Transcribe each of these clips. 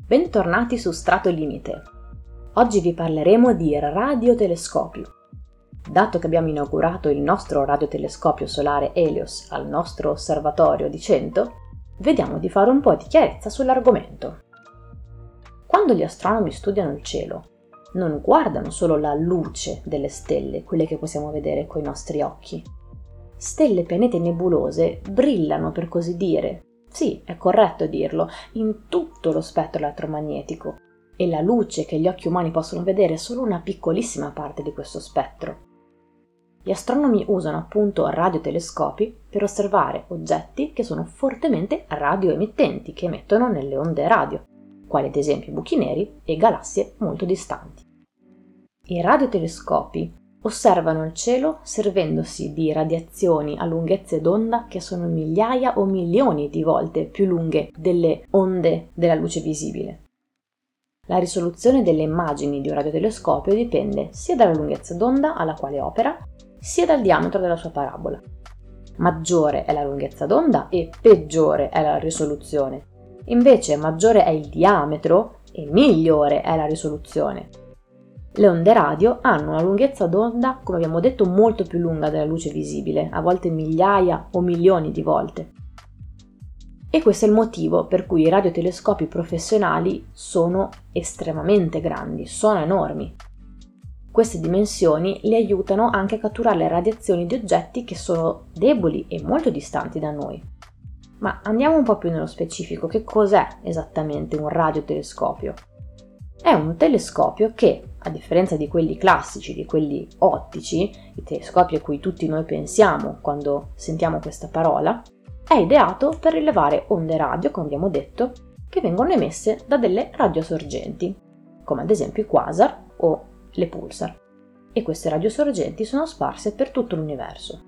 Bentornati su Strato Limite. Oggi vi parleremo di radiotelescopi. Dato che abbiamo inaugurato il nostro radiotelescopio solare Helios al nostro osservatorio di Cento, vediamo di fare un po' di chiarezza sull'argomento. Quando gli astronomi studiano il cielo, non guardano solo la luce delle stelle, quelle che possiamo vedere coi nostri occhi. Stelle, pianeti e nebulose brillano, per così dire, sì, è corretto dirlo, in tutto lo spettro elettromagnetico, e la luce che gli occhi umani possono vedere è solo una piccolissima parte di questo spettro. Gli astronomi usano appunto radiotelescopi per osservare oggetti che sono fortemente radioemittenti, che emettono nelle onde radio, quali ad esempio buchi neri e galassie molto distanti. I radiotelescopi osservano il cielo servendosi di radiazioni a lunghezze d'onda che sono migliaia o milioni di volte più lunghe delle onde della luce visibile. La risoluzione delle immagini di un radiotelescopio dipende sia dalla lunghezza d'onda alla quale opera, sia dal diametro della sua parabola. Maggiore è la lunghezza d'onda e peggiore è la risoluzione. Invece maggiore è il diametro e migliore è la risoluzione. Le onde radio hanno una lunghezza d'onda, come abbiamo detto, molto più lunga della luce visibile, a volte migliaia o milioni di volte. E questo è il motivo per cui i radiotelescopi professionali sono estremamente grandi, sono enormi. Queste dimensioni li aiutano anche a catturare le radiazioni di oggetti che sono deboli e molto distanti da noi. Ma andiamo un po' più nello specifico. Che cos'è esattamente un radiotelescopio? È un telescopio che, a differenza di quelli classici, di quelli ottici, i telescopi a cui tutti noi pensiamo quando sentiamo questa parola, è ideato per rilevare onde radio, come abbiamo detto, che vengono emesse da delle radiosorgenti, come ad esempio i quasar o le pulsar, e queste radiosorgenti sono sparse per tutto l'universo.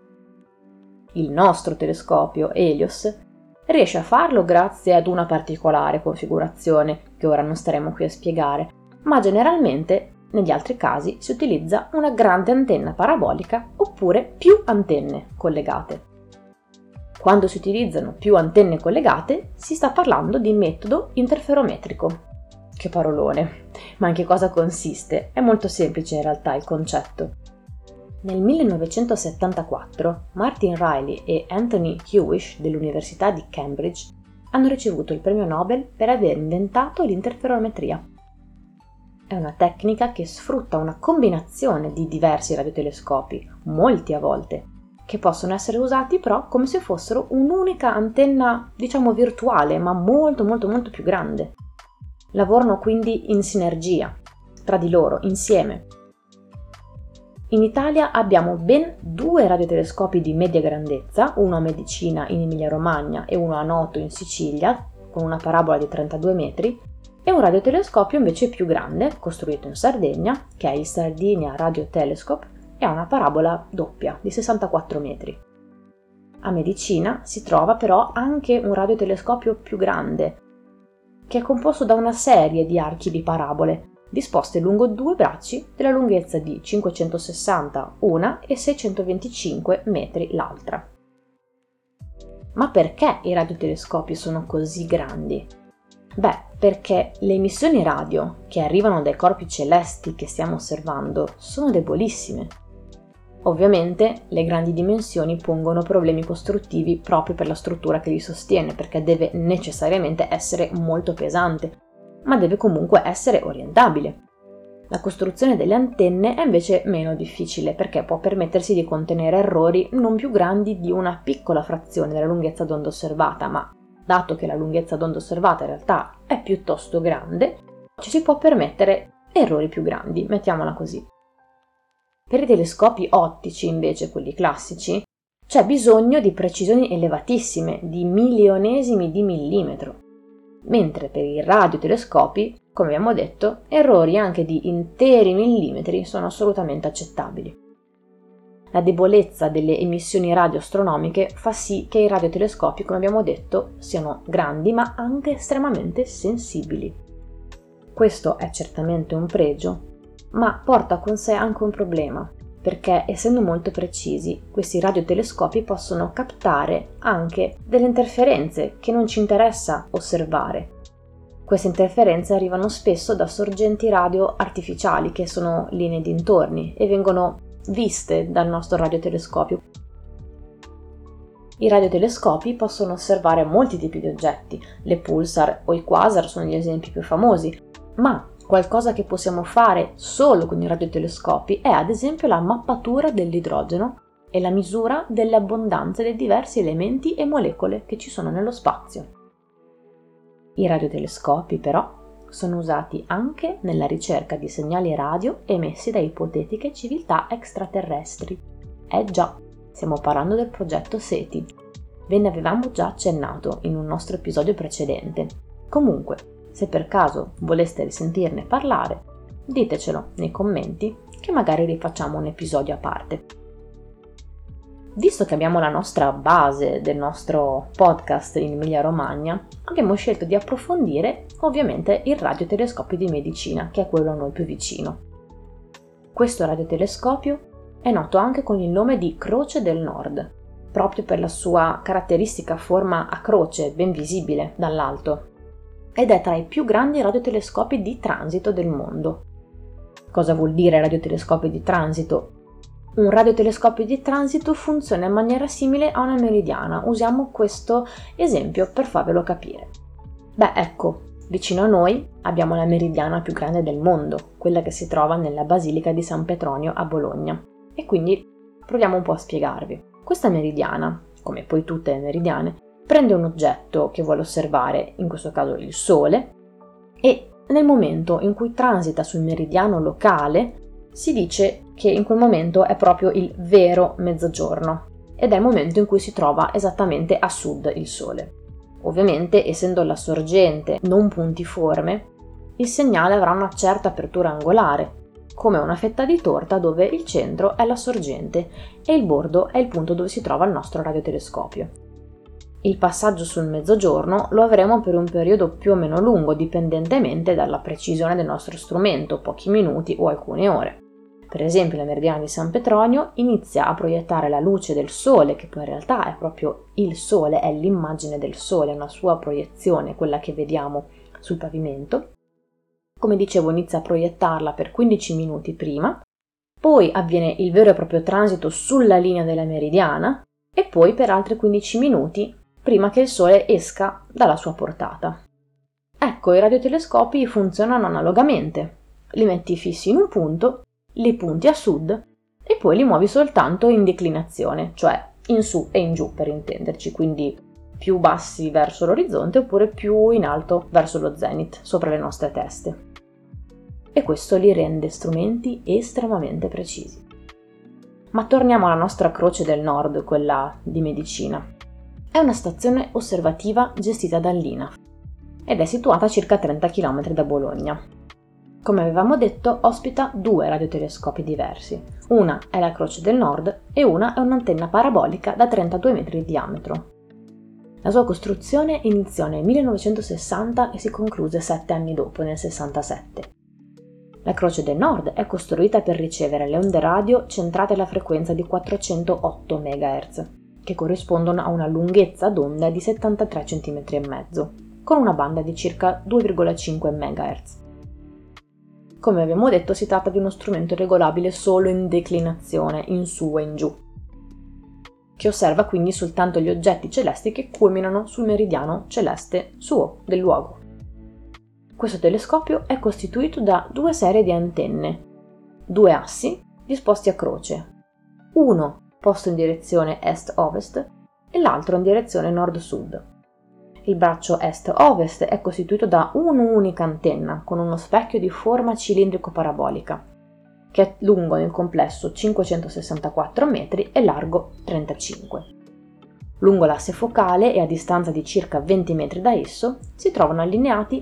Il nostro telescopio Helios riesce a farlo grazie ad una particolare configurazione che ora non staremo qui a spiegare, ma generalmente negli altri casi si utilizza una grande antenna parabolica oppure più antenne collegate. Quando si utilizzano più antenne collegate si sta parlando di metodo interferometrico. Che parolone! Ma in che cosa consiste? È molto semplice in realtà il concetto. Nel 1974 Martin Reilly e Anthony Hewish dell'Università di Cambridge hanno ricevuto il premio Nobel per aver inventato l'interferometria. È una tecnica che sfrutta una combinazione di diversi radiotelescopi, molti a volte, che possono essere usati però come se fossero un'unica antenna, diciamo virtuale, ma molto più grande. Lavorano quindi in sinergia, tra di loro, insieme. In Italia abbiamo ben 2 radiotelescopi di media grandezza, uno a Medicina in Emilia-Romagna e uno a Noto in Sicilia, con una parabola di 32 metri, e un radiotelescopio invece più grande, costruito in Sardegna, che è il Sardinia Radio Telescope, e ha una parabola doppia di 64 metri. A Medicina si trova però anche un radiotelescopio più grande, che è composto da una serie di archi di parabole, disposte lungo 2 bracci della lunghezza di 560 una e 625 metri l'altra. Ma perché i radiotelescopi sono così grandi? Beh, perché le emissioni radio che arrivano dai corpi celesti che stiamo osservando sono debolissime. Ovviamente le grandi dimensioni pongono problemi costruttivi proprio per la struttura che li sostiene, perché deve necessariamente essere molto pesante, ma deve comunque essere orientabile. La costruzione delle antenne è invece meno difficile perché può permettersi di contenere errori non più grandi di una piccola frazione della lunghezza d'onda osservata, ma dato che la lunghezza d'onda osservata in realtà è piuttosto grande, ci si può permettere errori più grandi, mettiamola così. Per i telescopi ottici, invece, quelli classici, c'è bisogno di precisioni elevatissime, di milionesimi di millimetro, mentre per i radiotelescopi, come abbiamo detto, errori anche di interi millimetri sono assolutamente accettabili. La debolezza delle emissioni radioastronomiche fa sì che i radiotelescopi, come abbiamo detto, siano grandi ma anche estremamente sensibili. Questo è certamente un pregio, ma porta con sé anche un problema, perché essendo molto precisi, questi radiotelescopi possono captare anche delle interferenze che non ci interessa osservare. Queste interferenze arrivano spesso da sorgenti radio artificiali, che sono lì nei dintorni, e vengono viste dal nostro radiotelescopio. I radiotelescopi possono osservare molti tipi di oggetti, le pulsar o i quasar sono gli esempi più famosi, ma qualcosa che possiamo fare solo con i radiotelescopi è ad esempio la mappatura dell'idrogeno e la misura delle abbondanze dei diversi elementi e molecole che ci sono nello spazio. I radiotelescopi, però, sono usati anche nella ricerca di segnali radio emessi da ipotetiche civiltà extraterrestri. Già, stiamo parlando del progetto SETI. Ve ne avevamo già accennato in un nostro episodio precedente. Comunque, se per caso voleste risentirne parlare, ditecelo nei commenti che magari rifacciamo un episodio a parte. Visto che abbiamo la nostra base del nostro podcast in Emilia-Romagna, abbiamo scelto di approfondire ovviamente il radiotelescopio di medicina, che è quello a noi più vicino. Questo radiotelescopio è noto anche con il nome di Croce del Nord, proprio per la sua caratteristica forma a croce, ben visibile dall'alto, ed è tra i più grandi radiotelescopi di transito del mondo. Cosa vuol dire radiotelescopio di transito? Un radiotelescopio di transito funziona in maniera simile a una meridiana. Usiamo questo esempio per farvelo capire. Ecco, vicino a noi abbiamo la meridiana più grande del mondo, quella che si trova nella Basilica di San Petronio a Bologna. E quindi proviamo un po' a spiegarvi. Questa meridiana, come poi tutte le meridiane, prende un oggetto che vuole osservare, in questo caso il Sole, e nel momento in cui transita sul meridiano locale si dice che in quel momento è proprio il vero mezzogiorno ed è il momento in cui si trova esattamente a sud il Sole. Ovviamente, essendo la sorgente non puntiforme, il segnale avrà una certa apertura angolare, come una fetta di torta dove il centro è la sorgente e il bordo è il punto dove si trova il nostro radiotelescopio. Il passaggio sul mezzogiorno lo avremo per un periodo più o meno lungo, dipendentemente dalla precisione del nostro strumento, pochi minuti o alcune ore. Per esempio la meridiana di San Petronio inizia a proiettare la luce del Sole, che poi in realtà è proprio il Sole, è l'immagine del Sole, è una sua proiezione, quella che vediamo sul pavimento. Come dicevo, inizia a proiettarla per 15 minuti prima, poi avviene il vero e proprio transito sulla linea della meridiana e poi per altri 15 minuti prima che il Sole esca dalla sua portata. Ecco, i radiotelescopi funzionano analogamente. Li metti fissi in un punto, li punti a sud e poi li muovi soltanto in declinazione, cioè in su e in giù per intenderci, quindi più bassi verso l'orizzonte oppure più in alto verso lo zenith, sopra le nostre teste. E questo li rende strumenti estremamente precisi. Ma torniamo alla nostra Croce del Nord, quella di medicina. È una stazione osservativa gestita dall'INAF ed è situata a circa 30 km da Bologna. Come avevamo detto, ospita 2 radiotelescopi diversi. Una è la Croce del Nord e una è un'antenna parabolica da 32 metri di diametro. La sua costruzione iniziò nel 1960 e si concluse 7 anni dopo, nel 67. La Croce del Nord è costruita per ricevere le onde radio centrate alla frequenza di 408 MHz, che corrispondono a una lunghezza d'onda di 73 cm e mezzo, con una banda di circa 2,5 MHz. Come abbiamo detto, si tratta di uno strumento regolabile solo in declinazione, in su e in giù, che osserva quindi soltanto gli oggetti celesti che culminano sul meridiano celeste suo, del luogo. Questo telescopio è costituito da 2 serie di antenne, 2 assi disposti a croce, uno posto in direzione est-ovest e l'altro in direzione nord-sud. Il braccio est-ovest è costituito da un'unica antenna con uno specchio di forma cilindrico-parabolica, che è lungo nel complesso 564 metri e largo 35. Lungo l'asse focale e a distanza di circa 20 metri da esso si trovano allineati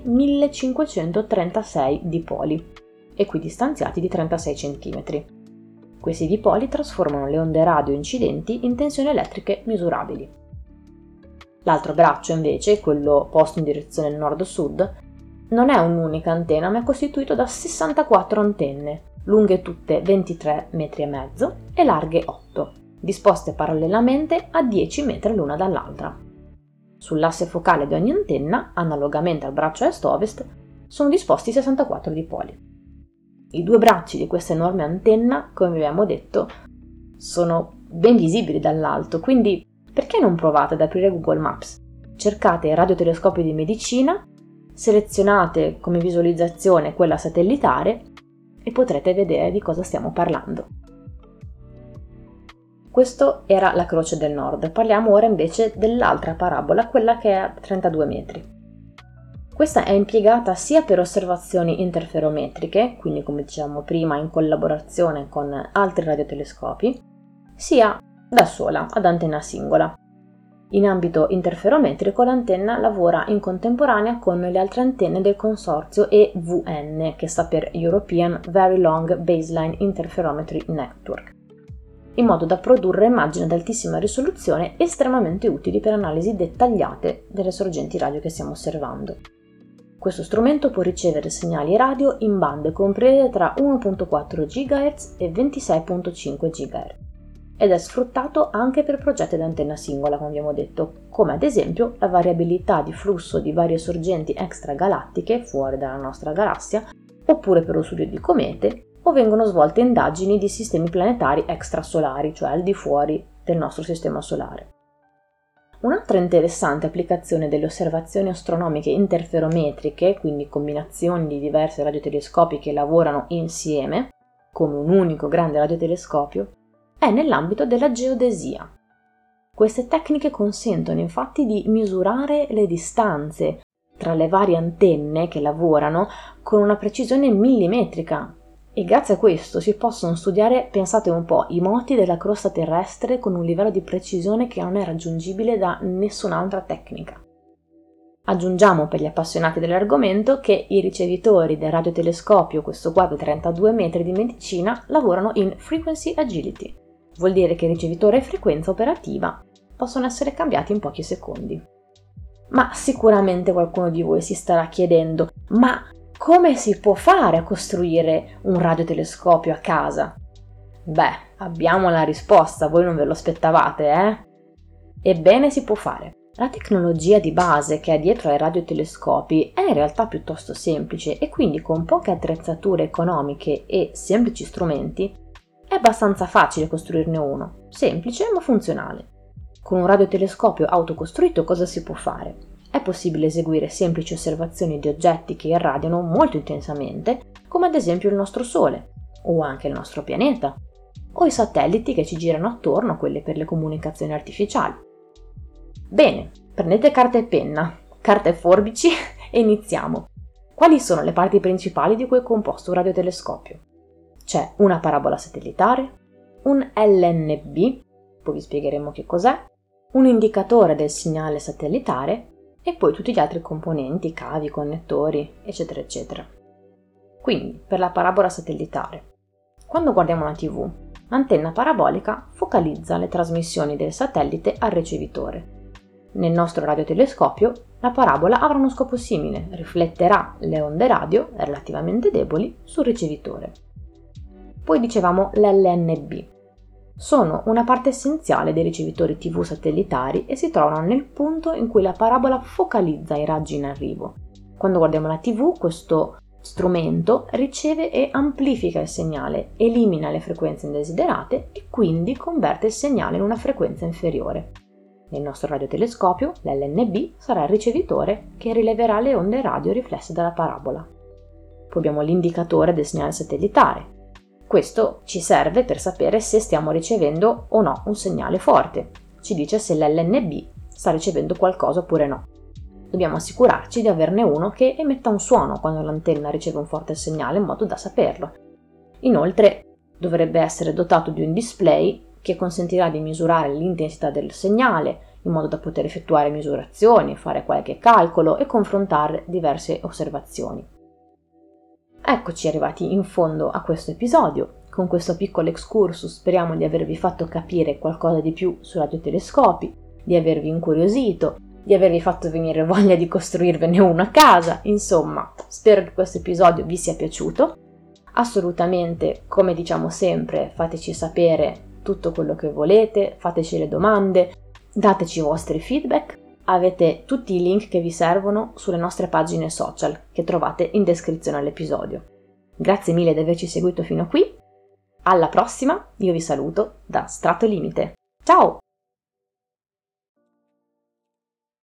1536 dipoli, equidistanziati di 36 cm. Questi dipoli trasformano le onde radio incidenti in tensioni elettriche misurabili. L'altro braccio, invece, quello posto in direzione nord-sud, non è un'unica antenna, ma è costituito da 64 antenne, lunghe tutte 23 metri e mezzo e larghe 8, disposte parallelamente a 10 metri l'una dall'altra. Sull'asse focale di ogni antenna, analogamente al braccio est-ovest, sono disposti 64 dipoli. I due bracci di questa enorme antenna, come abbiamo detto, sono ben visibili dall'alto, quindi perché non provate ad aprire Google Maps? Cercate radiotelescopio di medicina, selezionate come visualizzazione quella satellitare e potrete vedere di cosa stiamo parlando. Questo era la Croce del Nord. Parliamo ora invece dell'altra parabola, quella che è a 32 metri. Questa è impiegata sia per osservazioni interferometriche, quindi come dicevamo prima in collaborazione con altri radiotelescopi, sia da sola, ad antenna singola. In ambito interferometrico l'antenna lavora in contemporanea con le altre antenne del consorzio EVN, che sta per European Very Long Baseline Interferometry Network, in modo da produrre immagini ad altissima risoluzione estremamente utili per analisi dettagliate delle sorgenti radio che stiamo osservando. Questo strumento può ricevere segnali radio in bande comprese tra 1.4 GHz e 26.5 GHz ed è sfruttato anche per progetti ad antenna singola, come abbiamo detto, come ad esempio la variabilità di flusso di varie sorgenti extragalattiche fuori dalla nostra galassia, oppure per lo studio di comete, o vengono svolte indagini di sistemi planetari extrasolari, cioè al di fuori del nostro sistema solare. Un'altra interessante applicazione delle osservazioni astronomiche interferometriche, quindi combinazioni di diversi radiotelescopi che lavorano insieme, come un unico grande radiotelescopio, è nell'ambito della geodesia. Queste tecniche consentono infatti di misurare le distanze tra le varie antenne che lavorano con una precisione millimetrica. E grazie a questo si possono studiare, pensate un po', i moti della crosta terrestre con un livello di precisione che non è raggiungibile da nessun'altra tecnica. Aggiungiamo per gli appassionati dell'argomento che i ricevitori del radiotelescopio, questo qua da 32 metri di medicina, lavorano in frequency agility. Vuol dire che ricevitore e frequenza operativa possono essere cambiati in pochi secondi. Ma sicuramente qualcuno di voi si starà chiedendo: ma come si può fare a costruire un radiotelescopio a casa? Beh, abbiamo la risposta, voi non ve lo aspettavate, Ebbene, si può fare. La tecnologia di base che è dietro ai radiotelescopi è in realtà piuttosto semplice e quindi con poche attrezzature economiche e semplici strumenti è abbastanza facile costruirne uno, semplice ma funzionale. Con un radiotelescopio autocostruito cosa si può fare? È possibile eseguire semplici osservazioni di oggetti che irradiano molto intensamente, come ad esempio il nostro Sole, o anche il nostro pianeta, o i satelliti che ci girano attorno, quelli per le comunicazioni artificiali. Bene, prendete carta e penna, carta e forbici e iniziamo. Quali sono le parti principali di cui è composto un radiotelescopio? C'è una parabola satellitare, un LNB, poi vi spiegheremo che cos'è, un indicatore del segnale satellitare e poi tutti gli altri componenti, cavi, connettori, eccetera, eccetera. Quindi, per la parabola satellitare, quando guardiamo una TV, l'antenna parabolica focalizza le trasmissioni del satellite al ricevitore. Nel nostro radiotelescopio, la parabola avrà uno scopo simile, rifletterà le onde radio, relativamente deboli, sul ricevitore. Poi dicevamo l'LNB. Sono una parte essenziale dei ricevitori TV satellitari e si trovano nel punto in cui la parabola focalizza i raggi in arrivo. Quando guardiamo la TV, questo strumento riceve e amplifica il segnale, elimina le frequenze indesiderate e quindi converte il segnale in una frequenza inferiore. Nel nostro radiotelescopio, l'LNB sarà il ricevitore che rileverà le onde radio riflesse dalla parabola. Poi abbiamo l'indicatore del segnale satellitare. Questo ci serve per sapere se stiamo ricevendo o no un segnale forte. Ci dice se l'LNB sta ricevendo qualcosa oppure no. Dobbiamo assicurarci di averne uno che emetta un suono quando l'antenna riceve un forte segnale in modo da saperlo. Inoltre dovrebbe essere dotato di un display che consentirà di misurare l'intensità del segnale in modo da poter effettuare misurazioni, fare qualche calcolo e confrontare diverse osservazioni. Eccoci arrivati in fondo a questo episodio. Con questo piccolo excursus speriamo di avervi fatto capire qualcosa di più su radiotelescopi, di avervi incuriosito, di avervi fatto venire voglia di costruirvene uno a casa. Insomma, spero che questo episodio vi sia piaciuto. Assolutamente, come diciamo sempre, fateci sapere tutto quello che volete, fateci le domande, dateci i vostri feedback avete tutti i link che vi servono sulle nostre pagine social che trovate in descrizione all'episodio. Grazie mille di averci seguito fino a qui. Alla prossima, io vi saluto da Strato Limite. Ciao!